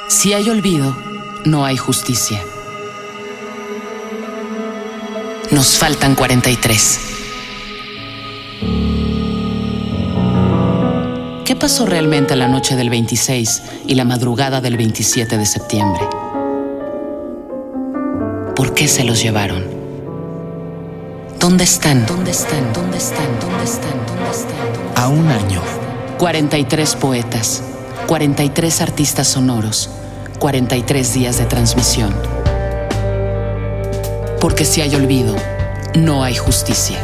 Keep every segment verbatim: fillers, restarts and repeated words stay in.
Si hay olvido, no hay justicia. Nos faltan cuarenta y tres. ¿Qué pasó realmente la noche del veintiséis y la madrugada del veintisiete de septiembre? ¿Por qué se los llevaron? ¿Dónde están? ¿Dónde están? ¿Dónde están? ¿Dónde están? ¿Dónde están? A un año. cuarenta y tres poetas, cuarenta y tres artistas sonoros, cuarenta y tres días de transmisión. Porque si hay olvido, no hay justicia.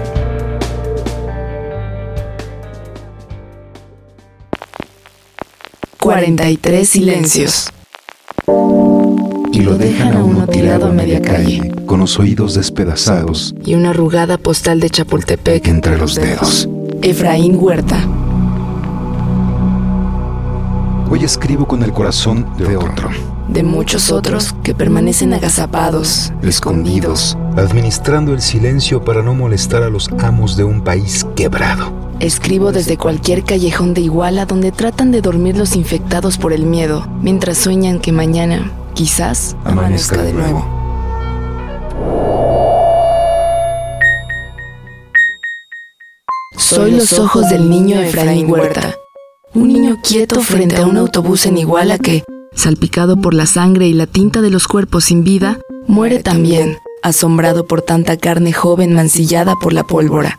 cuarenta y tres silencios. Y lo dejan a uno tirado a media calle, con los oídos despedazados Y una arrugada postal de Chapultepec entre los dedos. Efraín Huerta. Hoy escribo con el corazón de otro, De muchos otros que permanecen agazapados, escondidos, administrando el silencio para no molestar a los amos de un país quebrado. Escribo desde cualquier callejón de Iguala donde tratan de dormir los infectados por el miedo, mientras sueñan que mañana, quizás, Amanezca de nuevo. Soy los ojos del niño Efraín Huerta. Un niño quieto frente a un autobús en Iguala que, salpicado por la sangre y la tinta de los cuerpos sin vida, muere también, asombrado por tanta carne joven mancillada por la pólvora.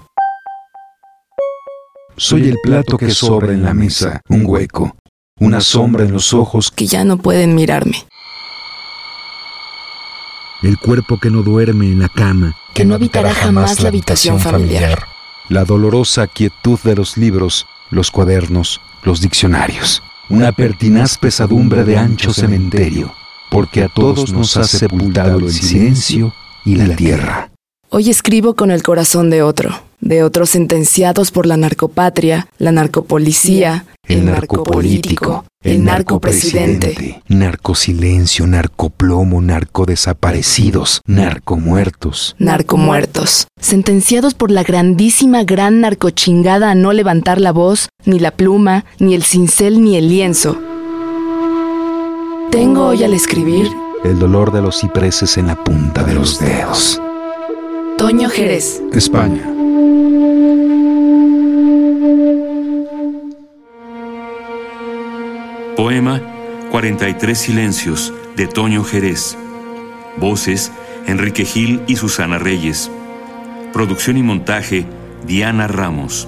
Soy el plato que sobra en la mesa, un hueco, una sombra en los ojos, Que ya no pueden mirarme, el cuerpo que no duerme en la cama, que no habitará jamás la habitación familiar. la dolorosa quietud de los libros, los cuadernos, los diccionarios, una pertinaz pesadumbre de ancho cementerio, porque a todos nos ha sepultado el silencio y la tierra. Hoy escribo con el corazón de otro, de otros sentenciados por la narcopatria, la narcopolicía, el narcopolítico, el narcopresidente, narcosilencio, narcoplomo, narcodesaparecidos, narcomuertos, narcomuertos, sentenciados por la grandísima gran narcochingada a no levantar la voz, ni la pluma, ni el cincel, ni el lienzo. Tengo hoy al escribir el dolor de los cipreses en la punta de los dedos. Toño Jerez. España. Poema cuarenta y tres silencios de Toño Jerez. Voces Enrique Gil y Susana Reyes. Producción y montaje Diana Ramos.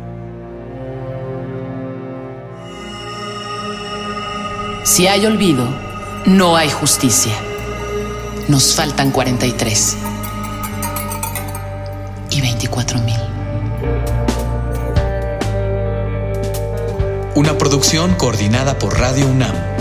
Si hay olvido, no hay justicia. Nos faltan cuarenta y tres. Y veinticuatro mil. Una producción coordinada por Radio UNAM.